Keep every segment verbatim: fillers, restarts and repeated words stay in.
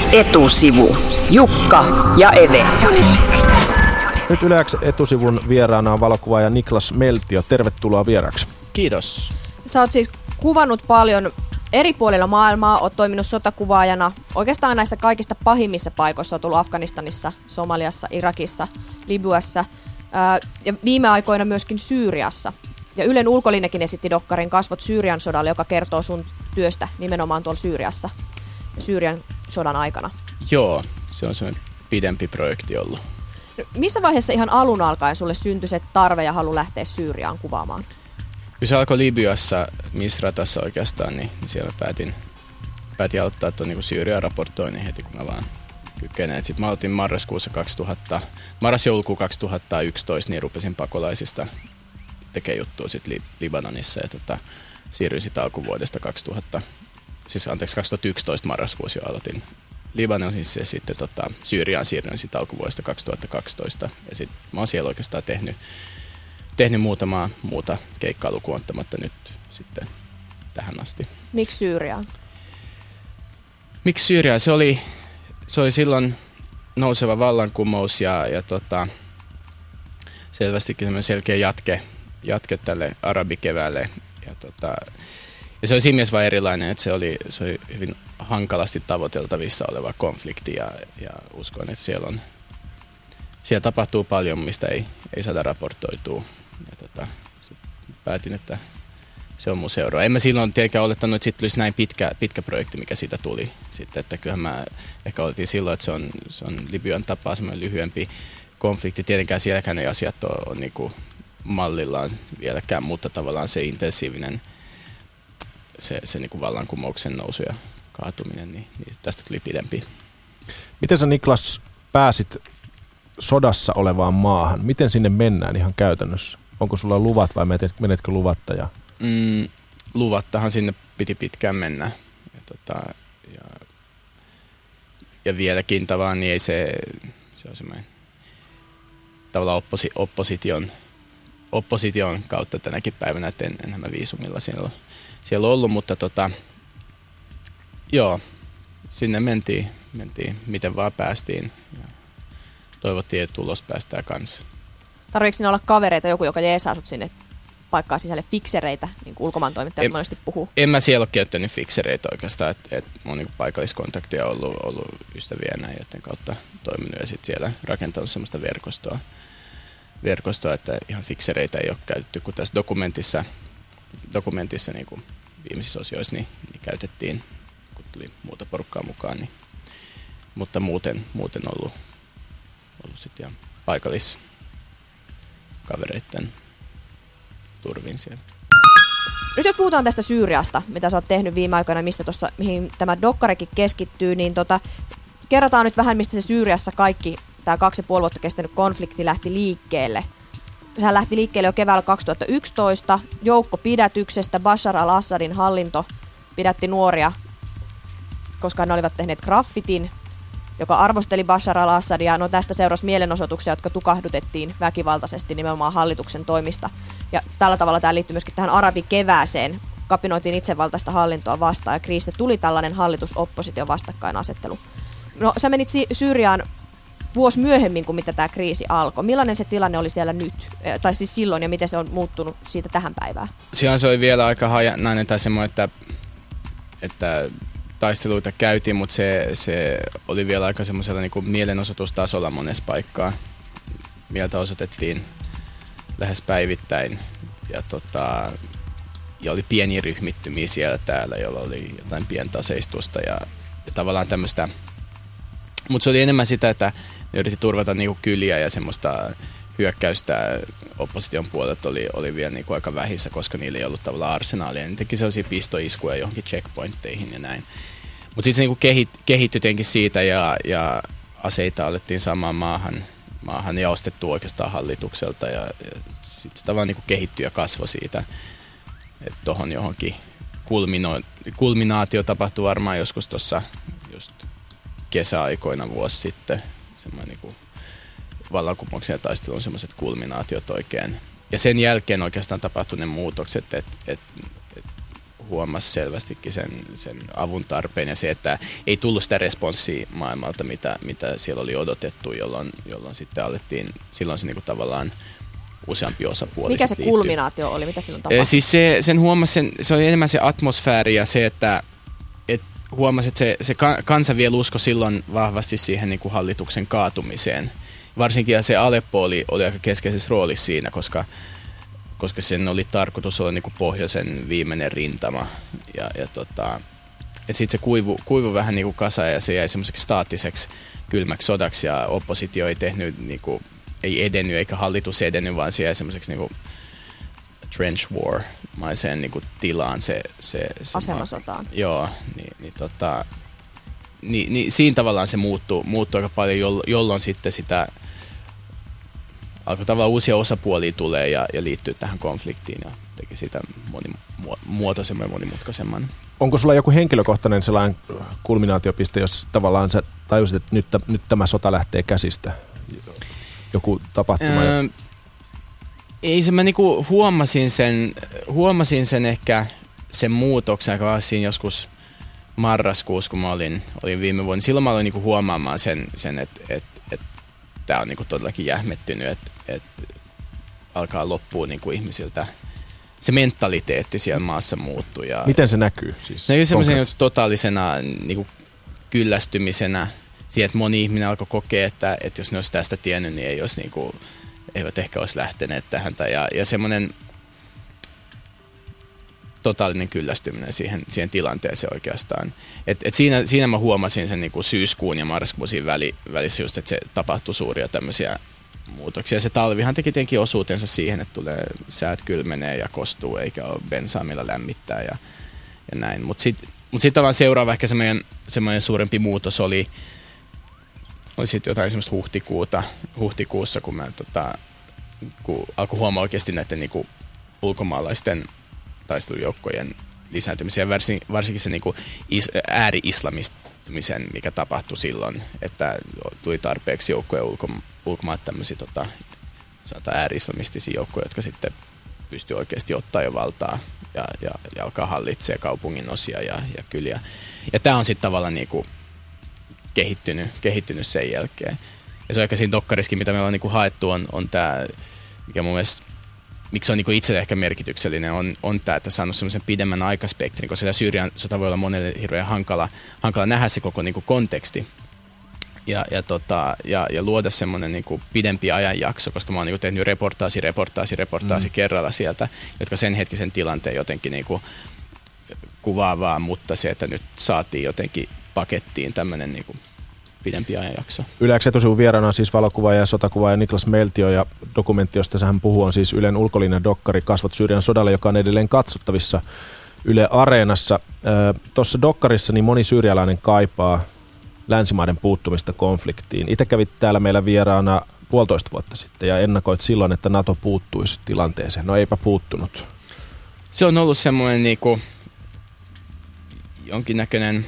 Etusivu. Jukka ja Eve. Nyt Yle X etusivun vieraana on valokuvaaja Niklas Meltio. Tervetuloa vieraaksi. Kiitos. Sä oot siis kuvannut paljon eri puolilla maailmaa, oot toiminut sotakuvaajana. Oikeastaan näissä kaikista pahimmissa paikoissa oot ollut Afganistanissa, Somaliassa, Irakissa, Libyassa ää, ja viime aikoina myöskin Syyriassa. Ja Ylen Ulkolinnekin esitti dokkarin Kasvot Syyrian sodalle, joka kertoo sun työstä nimenomaan tuolla Syyriassa ja Syyrian sodan aikana. Joo, se on semmoinen pidempi projekti ollut. No, missä vaiheessa ihan alun alkaen sulle syntyi se tarve ja halu lähteä Syyriaan kuvaamaan? Kun se alkoi Libyassa, Misratassa oikeastaan, niin siellä päätin, päätin aloittaa tuon niin Syyrian raportoinnin heti, kun mä vaan kykenen. Sitten mä aloitin marraskuussa kaksituhatta, marras-joulukuu kaksituhattayksitoista, niin rupesin pakolaisista tekemään juttua sit Li- Libanonissa ja tota, siirryin sitten alkuvuodesta kaksituhatta, siis anteeksi kaksituhattayksitoista marraskuussa jo aloitin Libanonissa ja sitten tota, Syyriaan siirryin sitten alkuvuodesta kaksituhattakaksitoista ja sitten mä oon siellä oikeastaan tehnyt tehnyt muutamaa muuta keikkaa lukuun ottamatta nyt sitten tähän asti. Miksi Syyriaan? Miksi Syyriaan? Se oli, se oli silloin nouseva vallankumous ja, ja tota, selvästikin semmoinen selkeä jatke, jatke tälle arabikeväälle. Ja, tota, ja se oli siinä mielessä vaan erilainen, että se oli, se oli hyvin hankalasti tavoiteltavissa oleva konflikti ja, ja uskon, että siellä, on, siellä tapahtuu paljon, mistä ei, ei saada raportoitua. Ja tota, päätin, että se on mun seuraava. En mä silloin tietenkään olettanut, että siitä tulisi näin pitkä, pitkä projekti, mikä siitä tuli. Sitten, että kyllähän mä ehkä oletin silloin, että se on, se on Libyan tapaa semmoinen lyhyempi konflikti. Tietenkään sielläkään ei asiat ole, ole niin kuin mallillaan vieläkään, mutta tavallaan se intensiivinen se, se niin kuin vallankumouksen nousu ja kaatuminen, niin, niin tästä tuli pidempi. Miten sä, Niklas, pääsit sodassa olevaan maahan? Miten sinne mennään ihan käytännössä? Onko sulla luvat vai menetkö luvatta? Ja... Mm, luvattahan sinne piti pitkään mennä. Ja, tota, ja, ja vieläkin tavallaan niin ei se, se on semmoinen tavallaan opposi, opposition, opposition kautta tänäkin päivänä, että en, enhän mä viisumilla siellä, siellä ollut, mutta tota, joo, sinne mentiin, mentiin, miten vaan päästiin. Ja toivottiin, että tulos päästään kanssa. Tarviiko sinne olla kavereita, joku, joka jeesaa sut sinne paikkaan sisälle, fiksereitä, niin kuin ulkomaan toimittajat monesti puhuu? En mä siellä ole käyttänyt fiksereitä oikeastaan, että et mun niin paikalliskontaktia on ollut, ollut ystäviä näin, joiden kautta toiminut ja sitten siellä rakentanut semmoista verkostoa, verkostoa, että ihan fiksereitä ei ole käytetty, kun tässä dokumentissa, dokumentissa niin kuin viimeisissä osioissa niin, niin käytettiin, kun tuli muuta porukkaa mukaan, niin, mutta muuten, muuten ollut, ollut sitten ihan paikallis kavereitten turvin siellä. Nyt jos puhutaan tästä Syyriasta, mitä sä oot tehnyt viime aikoina, mistä tossa, mihin tämä dokkarikin keskittyy, niin tota, kerrotaan nyt vähän, mistä se Syyriassa kaikki, tämä kaksi ja puoli vuotta kestänyt konflikti lähti liikkeelle. Sehän lähti liikkeelle jo keväällä kaksituhattayksitoista, joukkopidätyksestä. Bashar al-Assadin hallinto pidätti nuoria, koska ne olivat tehneet graffitin, joka arvosteli Bashar al-Assadia. No tästä seurasi mielenosoituksia, jotka tukahdutettiin väkivaltaisesti nimenomaan hallituksen toimista. Ja tällä tavalla tämä liittyy myöskin tähän arabikevääseen. Kapinoitiin itsevaltaista hallintoa vastaan ja kriisissä tuli tällainen hallitus-opposition vastakkainasettelu. No sä menit Syyriaan vuosi myöhemmin kuin mitä tämä kriisi alkoi. Millainen se tilanne oli siellä nyt, tai siis silloin, ja miten se on muuttunut siitä tähän päivään? Silloin se oli vielä aika hajanainen tai semmoinen, että, että taisteluita käytiin, mutta se, se oli vielä aika semmoisella niin kuin mielenosoitustasolla monessa paikkaa. Mieltä osoitettiin lähes päivittäin ja, tota, ja oli pieniä ryhmittymiä siellä täällä, joilla oli jotain pientä aseistusta ja, ja tavallaan tämmöistä. Mutta se oli enemmän sitä, että ne yritti turvata niinku kyliä ja semmoista hyökkäystä opposition puolelta oli, oli vielä niinku aika vähissä, koska niillä ei ollut tavallaan arsenaalia. Ne teki sellaisia pistoiskuja johonkin checkpointteihin ja näin. Mutta sitten se niinku kehit, kehittyi tietenkin siitä ja, ja aseita alettiin saamaan maahan, maahan ja ostettu oikeastaan hallitukselta. Ja, ja sitten se tavallaan niinku kehittyi ja kasvoi siitä, että tuohon johonkin kulmino, kulminaatio tapahtui varmaan joskus tuossa just kesäaikoina vuosi sitten. Semmoinen niinku vallankumouksen ja taistelun semmoiset kulminaatiot oikein. Ja sen jälkeen oikeastaan tapahtui ne muutokset, että et, et huomasi selvästikin sen, sen avun tarpeen ja se, että ei tullut sitä responssia maailmalta, mitä, mitä siellä oli odotettu, jolloin, jolloin sitten alettiin, silloin se niinku tavallaan useampi osapuoli. Mikä se liittyy. Kulminaatio oli? Mitä silloin tapahtui? Siis se, sen huomasi, sen, se oli enemmän se atmosfääri ja se, että et huomasi, että se, se kansa vielä uskoi silloin vahvasti siihen niin kuin hallituksen kaatumiseen. Varsinkin se Aleppo oli, oli aika keskeisessä roolissa siinä, koska, koska sen oli tarkoitus olla niin kuin pohjoisen viimeinen rintama. Ja, ja, tota, ja sitten se kuivu, kuivu vähän niin kuin kasa ja se jäi semmoiseksi staattiseksi kylmäksi sodaksi ja oppositio ei tehnyt, niin kuin, ei edennyt eikä hallitus edennyt, vaan se jäi semmoiseksi niin kuin trench war-maiseen niin kuin tilaan. Se, se, se asemasotaan. Ma- joo, niin, niin, tota, niin, niin siinä tavallaan se muuttui, muuttui aika paljon, jolloin sitten sitä alkoi tavallaan uusia osapuolia tulee ja, ja liittyy tähän konfliktiin ja teki sitä monimuotoisemman ja monimutkaisemman. Onko sulla joku henkilökohtainen sellainen kulminaatiopiste, jos tavallaan sä tajusit, että nyt, nyt tämä sota lähtee käsistä? Joku tapahtuma? Öö, ei se, mä niinku huomasin sen, huomasin sen ehkä sen muutoksen aika siinä joskus marraskuussa, kun mä olin, olin viime vuonna. Silloin mä aloin niinku huomaamaan sen, sen että et, et, tää on niinku todellakin jähmettynyt, että et alkaa loppua niinku ihmisiltä. Se mentaliteetti siellä maassa muuttuu. Ja miten se näkyy? Siis se näkyy semmoisena totaalisena niinku kyllästymisenä siihen, että moni ihminen alkoi kokea, että, että jos ne olisi tästä tiennyt, niin ei olisi niinku, eivät ehkä olisi lähteneet tähän. Ja, ja semmoinen totaalinen kyllästyminen siihen, siihen tilanteeseen oikeastaan. Et, et siinä, siinä mä huomasin sen niinku syyskuun ja marraskuun siinä väli, välissä just, että se tapahtui suuria tämmöisiä muutoksia. Se talvihan teki tietenkin osuutensa siihen, että tulee säät kylmenee ja kostuu, eikä ole bensaa millä lämmittää ja, ja näin. Mutta sitten mut sit tavallaan seuraava ehkä semmoinen, semmoinen suurempi muutos oli, oli sitten jotain semmoista huhtikuuta, huhtikuussa, kun mä tota, kun alkoi huomaa oikeasti näiden niinku ulkomaalaisten taistelujoukkojen lisääntymisen ja varsin, varsinkin se niinku is, ääri-islamistumisen, mikä tapahtui silloin, että tuli tarpeeksi joukkoja ulko, ulkomaat tämmöisiä tota, ääri-islamistisia joukkoja, jotka sitten pystyy oikeasti ottaa jo valtaa ja, ja, ja alkaa hallitsemaan kaupungin osia ja, ja kyliä. Ja tämä on sitten tavallaan niinku kehittynyt, kehittynyt sen jälkeen. Ja se on ehkä siinä dokkarissakin, mitä me ollaan niinku haettu, on, on tämä, mikä mun mielestä miksi se on niinku itselle ehkä merkityksellinen, on, on tämä, että saanut semmoisen pidemmän aikaspektrin, koska Syyrian sota voi olla monelle hirveän hankala, hankala nähdä se koko niinku konteksti ja, ja, tota, ja, ja luoda semmoinen niinku pidempi ajanjakso, koska mä oon niinku tehnyt reportaasi, reportaasi, reportaasi mm. kerralla sieltä, jotka sen hetkisen tilanteen jotenkin niinku kuvaavaa, mutta se, että nyt saatiin jotenkin pakettiin tämmöinen niinku pidempi ajanjakso. Yle X etusivun vieraana on siis valokuvaaja ja sotakuvaaja Niklas Meltio, ja dokumentti, josta hän puhuu, on siis Ylen ulkolinjan dokkari Kasvot Syyrian sodalle, joka on edelleen katsottavissa Yle Areenassa. Tuossa dokkarissa niin moni syyrialainen kaipaa länsimaiden puuttumista konfliktiin. Itse kävit täällä meillä vieraana puolitoista vuotta sitten ja ennakoit silloin, että NATO puuttuisi tilanteeseen. No eipä puuttunut. Se on ollut semmoinen niinku jonkinnäköinen,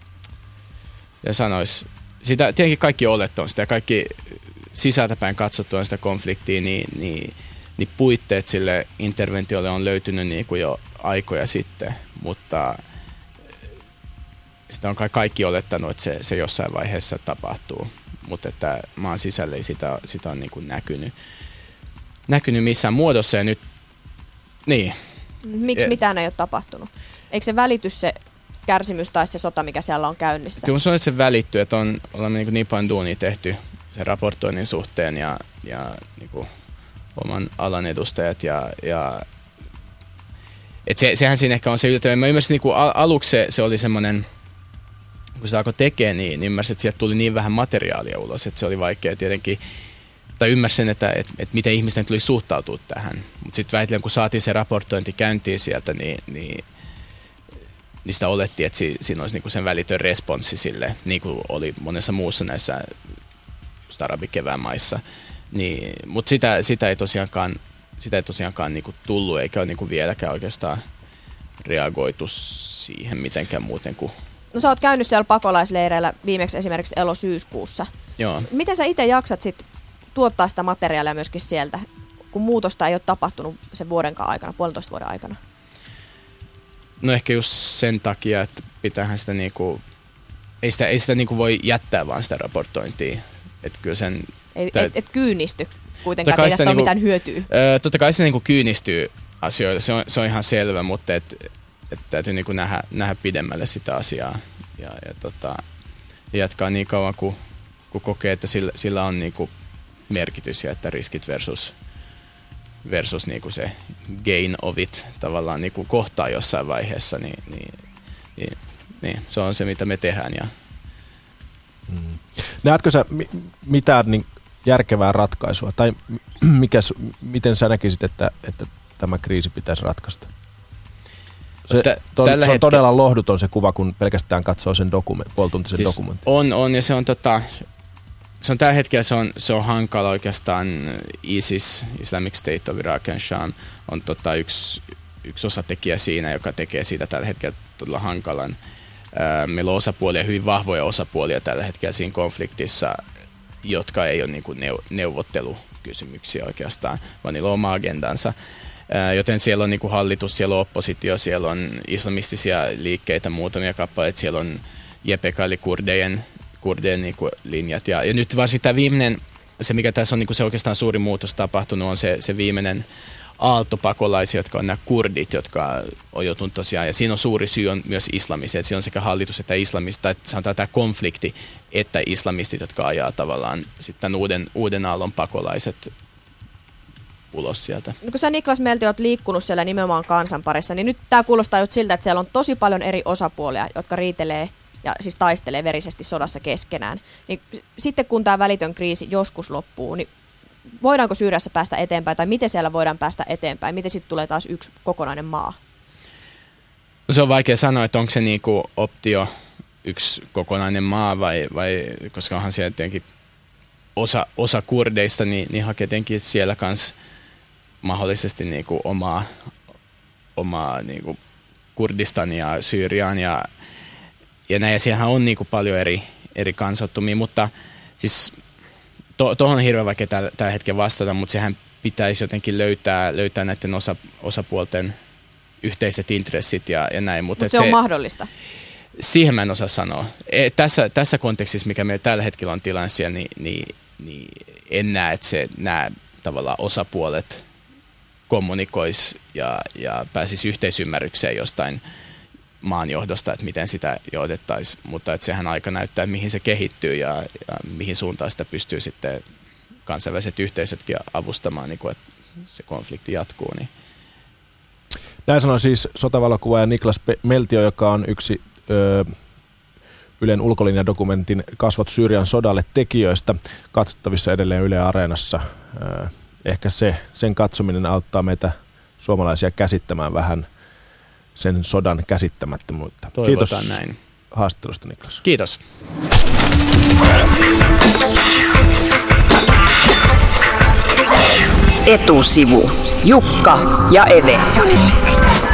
ja sanois, sitä tietenkin kaikki olettu sitä ja kaikki sisältäpäin katsottua sitä konfliktia, niin, niin, niin puitteet sille interventiolle on löytynyt niin kuin jo aikoja sitten, mutta sitä on kai kaikki olettanut, että se, se jossain vaiheessa tapahtuu, mutta että maan sisällä ei sitä, sitä on niin kuin näkynyt, näkynyt missään muodossa ja nyt, niin. Miksi ja, mitään ei ole tapahtunut? Eikö se välitys se kärsimys tai se sota, mikä siellä on käynnissä? Kyllä se on, että se välittyy, että on, ollaan niin, niin paljon duunia tehty sen raportoinnin suhteen ja, ja niin kuin oman alan edustajat. Ja, ja, et se, sehän siinä ehkä on se yllättävä. Mä ymmärsin, että niin aluksi se, se oli semmoinen, kun se alkoi tekemään, niin ymmärsin, että sieltä tuli niin vähän materiaalia ulos, että se oli vaikea tietenkin, tai ymmärsin, että, että, että miten ihmisten tuli suhtautua tähän. Mutta sitten väitellen, kun saatiin se raportointi käyntiin sieltä, niin, niin niin sitä olettiin, että si, siinä olisi niinku sen välitön responssi sille, niin kuin oli monessa muussa näissä just arabikevään maissa. Niin, mutta sitä, sitä ei tosiaankaan, sitä ei tosiaankaan niinku tullut, eikä ole niinku vieläkään oikeastaan reagoitu siihen mitenkään muuten kuin. No sä oot käynyt siellä pakolaisleireillä viimeksi esimerkiksi elo-syyskuussa. Joo. Miten sä itse jaksat sit tuottaa sitä materiaalia myöskin sieltä, kun muutosta ei ole tapahtunut sen vuodenkaan aikana, puolentoista vuoden aikana? No ehkä just sen takia, että pitäähän sitä niinku, ei sitä, ei sitä niinku voi jättää vaan sitä raportointia. Että kyllä sen... Ei, Tää, et, et kyynisty kuitenkaan, ei tästä ole niinku, mitään hyötyä. Ö, totta kai se niinku kyynistyy asioille, se on, se on ihan selvä, mutta et, et täytyy niinku nähdä, nähdä pidemmälle sitä asiaa ja, ja tota, jatkaa niin kauan, kun, kun kokee, että sillä, sillä on niinku merkitys ja että riskit versus, versus niinku se gain of it tavallaan niinku kohtaa jossain vaiheessa, niin, niin, niin, niin se on se, mitä me tehdään. Ja mm. Näetkö sä mitään niin järkevää ratkaisua, tai mikä, miten sä näkisit, että, että tämä kriisi pitäisi ratkaista? Se, Tä, ton, se on hetke... todella lohduton se kuva, kun pelkästään katsoo sen dokument, puolituntisen siis dokumentin. On, on, ja se on, tota, se on tällä hetkellä se on, se on hankala oikeastaan. ISIS, Islamic State of Iraq and Sham, on tota, yksi, yksi osatekijä siinä, joka tekee siitä tällä hetkellä todella hankalan. Meillä on osapuolia, hyvin vahvoja osapuolia tällä hetkellä siinä konfliktissa, jotka ei ole niin kuin neuvottelukysymyksiä oikeastaan, vaan niillä on oma agendansa. Joten siellä on niin kuin hallitus, siellä on oppositio, siellä on islamistisia liikkeitä, muutamia kappaleita, siellä on J P K eli kurdejen, kurdejen niin kuin linjat. Ja, ja nyt varsin tämä viimeinen, se mikä tässä on niin kuin se oikeastaan suuri muutos tapahtunut, on se, se viimeinen aaltopakolaisia, jotka on nämä kurdit, jotka on joutunut tosiaan, ja siinä on suuri syy on myös islamistit, että siinä on sekä hallitus että islamistit, tai sanotaan tämä konflikti, että islamistit, jotka ajaa tavallaan sitten uuden, uuden aallon pakolaiset ulos sieltä. No, kun sä Niklas Meltio oot liikkunut siellä nimenomaan kansan parissa, niin nyt tää kuulostaa just siltä, että siellä on tosi paljon eri osapuolia, jotka riitelee ja siis taistelee verisesti sodassa keskenään. Niin sitten kun tämä välitön kriisi joskus loppuu, niin voidaanko Syyriassa päästä eteenpäin, tai miten siellä voidaan päästä eteenpäin? Miten sitten tulee taas yksi kokonainen maa? No, se on vaikea sanoa, että onko se niinku optio yksi kokonainen maa, vai, vai koska onhan siellä tietenkin osa, osa kurdeista, niin, niin hakee tietenkin siellä kanssa mahdollisesti niinku omaa, omaa niinku Kurdistania, Syyriaan ja, ja näin. Ja siellähän on niinku paljon eri, eri kansottumia, mutta siis tuohon to, on hirveän vaikea tällä, tällä hetkellä vastata, mutta sehän pitäisi jotenkin löytää, löytää näiden osa, osapuolten yhteiset intressit ja, ja näin. Mutta Mut se on se, mahdollista. Siihen mä en osaa sanoa. E, tässä, tässä kontekstissa, mikä meillä tällä hetkellä on tilanne siellä, niin, niin, niin en näe, että se, nämä tavallaan osapuolet kommunikoisi ja, ja pääsisi yhteisymmärrykseen jostain maan johdosta, että miten sitä johdettaisiin, mutta että sehän aika näyttää, että mihin se kehittyy ja, ja mihin suuntaan sitä pystyy sitten kansainväliset yhteisötkin avustamaan, niin kuin, että se konflikti jatkuu. Niin. Näin sanoi siis sotavalokuvaaja Niklas Meltio, joka on yksi ö, Ylen ulkolinjadokumentin Kasvot Syyrian sodalle tekijöistä, katsottavissa edelleen Yle Areenassa. Ö, ehkä se, sen katsominen auttaa meitä suomalaisia käsittämään vähän sen sodan käsittämättömyyttä. Toivotaan Kiitos näin. haastattelusta, Niklas. Kiitos. Etusivu. Jukka ja Eve.